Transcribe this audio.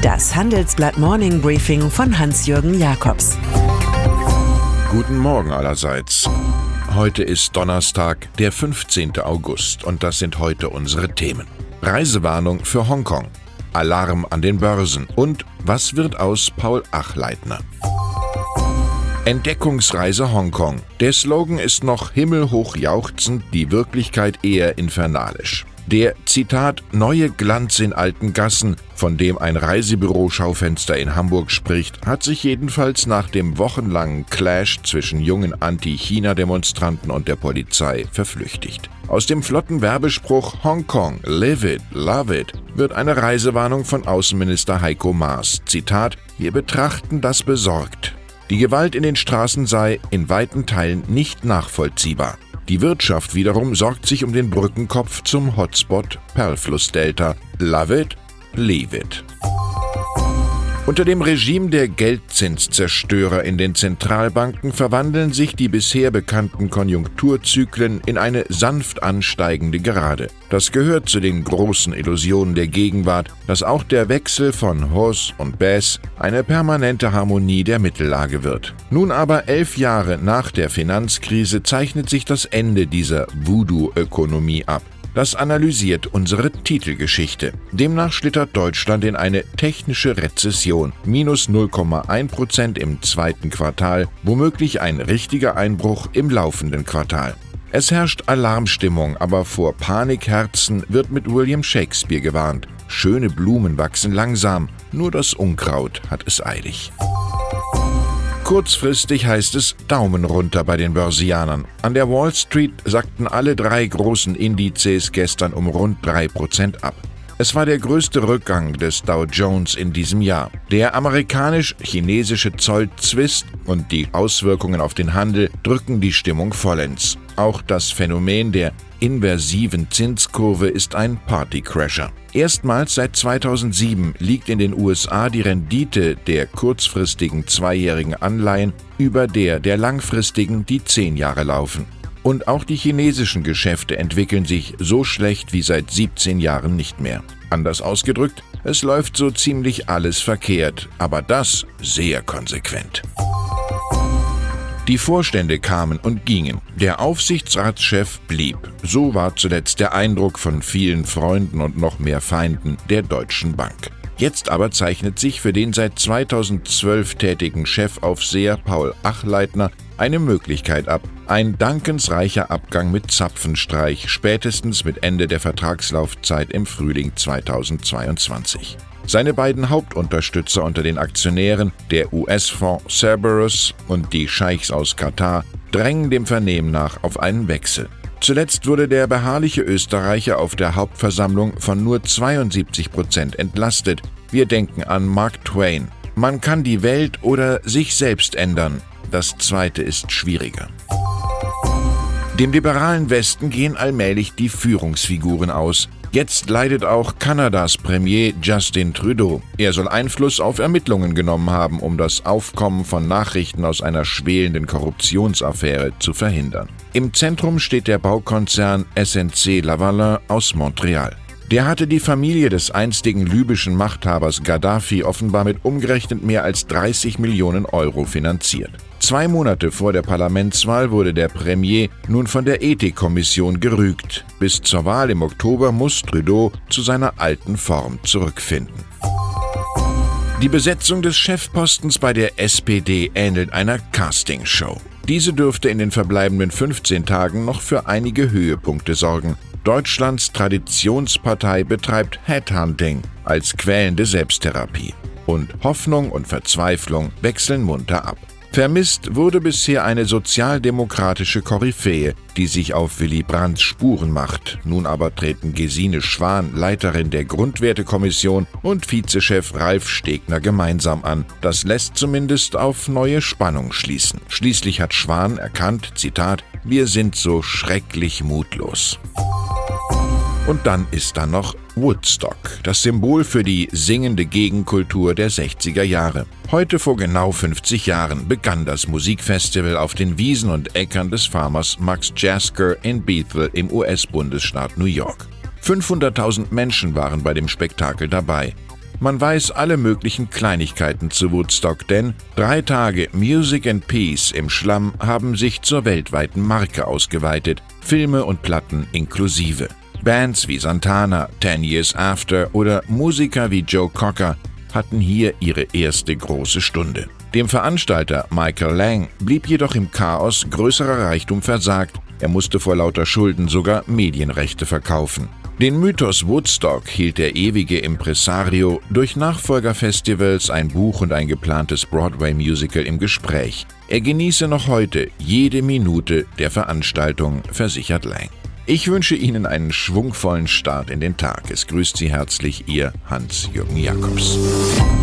Das Handelsblatt Morning Briefing von Hans-Jürgen Jakobs. Guten Morgen allerseits. Heute ist Donnerstag, der 15. August und das sind heute unsere Themen. Reisewarnung für Hongkong, Alarm an den Börsen und was wird aus Paul Achleitner? Entdeckungsreise Hongkong. Der Slogan ist noch himmelhoch jauchzend, die Wirklichkeit eher infernalisch. Der, Zitat, neue Glanz in alten Gassen, von dem ein Reisebüro-Schaufenster in Hamburg spricht, hat sich jedenfalls nach dem wochenlangen Clash zwischen jungen Anti-China-Demonstranten und der Polizei verflüchtigt. Aus dem flotten Werbespruch Hongkong, live it, love it, wird eine Reisewarnung von Außenminister Heiko Maas. Zitat, wir betrachten das besorgt. Die Gewalt in den Straßen sei in weiten Teilen nicht nachvollziehbar. Die Wirtschaft wiederum sorgt sich um den Brückenkopf zum Hotspot Perlflussdelta. Love it, leave it. Unter dem Regime der Geldzinszerstörer in den Zentralbanken verwandeln sich die bisher bekannten Konjunkturzyklen in eine sanft ansteigende Gerade. Das gehört zu den großen Illusionen der Gegenwart, dass auch der Wechsel von Hausse und Baisse eine permanente Harmonie der Mittellage wird. Nun aber 11 Jahre nach der Finanzkrise zeichnet sich das Ende dieser Voodoo-Ökonomie ab. Das analysiert unsere Titelgeschichte. Demnach schlittert Deutschland in eine technische Rezession. Minus 0,1% im zweiten Quartal, womöglich ein richtiger Einbruch im laufenden Quartal. Es herrscht Alarmstimmung, aber vor Panikherzen wird mit William Shakespeare gewarnt. Schöne Blumen wachsen langsam, nur das Unkraut hat es eilig. Kurzfristig heißt es Daumen runter bei den Börsianern. An der Wall Street sackten alle 3 großen Indizes gestern um rund 3% ab. Es war der größte Rückgang des Dow Jones in diesem Jahr. Der amerikanisch-chinesische Zollzwist und die Auswirkungen auf den Handel drücken die Stimmung vollends. Auch das Phänomen der inversiven Zinskurve ist ein Partycrasher. Erstmals seit 2007 liegt in den USA die Rendite der kurzfristigen 2-jährigen Anleihen über der langfristigen, die 10 Jahre laufen. Und auch die chinesischen Geschäfte entwickeln sich so schlecht wie seit 17 Jahren nicht mehr. Anders ausgedrückt, es läuft so ziemlich alles verkehrt, aber das sehr konsequent. Die Vorstände kamen und gingen. Der Aufsichtsratschef blieb. So war zuletzt der Eindruck von vielen Freunden und noch mehr Feinden der Deutschen Bank. Jetzt aber zeichnet sich für den seit 2012 tätigen Chefaufseher Paul Achleitner eine Möglichkeit ab. Ein dankensreicher Abgang mit Zapfenstreich, spätestens mit Ende der Vertragslaufzeit im Frühling 2022. Seine beiden Hauptunterstützer unter den Aktionären, der US-Fonds Cerberus und die Scheichs aus Katar, drängen dem Vernehmen nach auf einen Wechsel. Zuletzt wurde der beharrliche Österreicher auf der Hauptversammlung von nur 72% entlastet. Wir denken an Mark Twain. Man kann die Welt oder sich selbst ändern. Das Zweite ist schwieriger. Dem liberalen Westen gehen allmählich die Führungsfiguren aus. Jetzt leidet auch Kanadas Premier Justin Trudeau. Er soll Einfluss auf Ermittlungen genommen haben, um das Aufkommen von Nachrichten aus einer schwelenden Korruptionsaffäre zu verhindern. Im Zentrum steht der Baukonzern SNC-Lavalin aus Montreal. Der hatte die Familie des einstigen libyschen Machthabers Gaddafi offenbar mit umgerechnet mehr als 30 Millionen Euro finanziert. 2 Monate vor der Parlamentswahl wurde der Premier nun von der Ethikkommission gerügt. Bis zur Wahl im Oktober muss Trudeau zu seiner alten Form zurückfinden. Die Besetzung des Chefpostens bei der SPD ähnelt einer Castingshow. Diese dürfte in den verbleibenden 15 Tagen noch für einige Höhepunkte sorgen. Deutschlands Traditionspartei betreibt Headhunting als quälende Selbsttherapie. Und Hoffnung und Verzweiflung wechseln munter ab. Vermisst wurde bisher eine sozialdemokratische Koryphäe, die sich auf Willy Brandts Spuren macht. Nun aber treten Gesine Schwan, Leiterin der Grundwertekommission, und Vizechef Ralf Stegner gemeinsam an. Das lässt zumindest auf neue Spannung schließen. Schließlich hat Schwan erkannt, Zitat, wir sind so schrecklich mutlos. Und dann ist da noch Woodstock, das Symbol für die singende Gegenkultur der 60er Jahre. Heute vor genau 50 Jahren begann das Musikfestival auf den Wiesen und Äckern des Farmers Max Jasker in Bethel im US-Bundesstaat New York. 500.000 Menschen waren bei dem Spektakel dabei. Man weiß alle möglichen Kleinigkeiten zu Woodstock, denn 3 Tage Music and Peace im Schlamm haben sich zur weltweiten Marke ausgeweitet, Filme und Platten inklusive. Bands wie Santana, 10 Years After oder Musiker wie Joe Cocker hatten hier ihre erste große Stunde. Dem Veranstalter Michael Lang blieb jedoch im Chaos größerer Reichtum versagt. Er musste vor lauter Schulden sogar Medienrechte verkaufen. Den Mythos Woodstock hielt der ewige Impresario durch Nachfolgerfestivals, ein Buch und ein geplantes Broadway-Musical im Gespräch. Er genieße noch heute jede Minute der Veranstaltung, versichert Lang. Ich wünsche Ihnen einen schwungvollen Start in den Tag. Es grüßt Sie herzlich Ihr Hans-Jürgen Jakobs.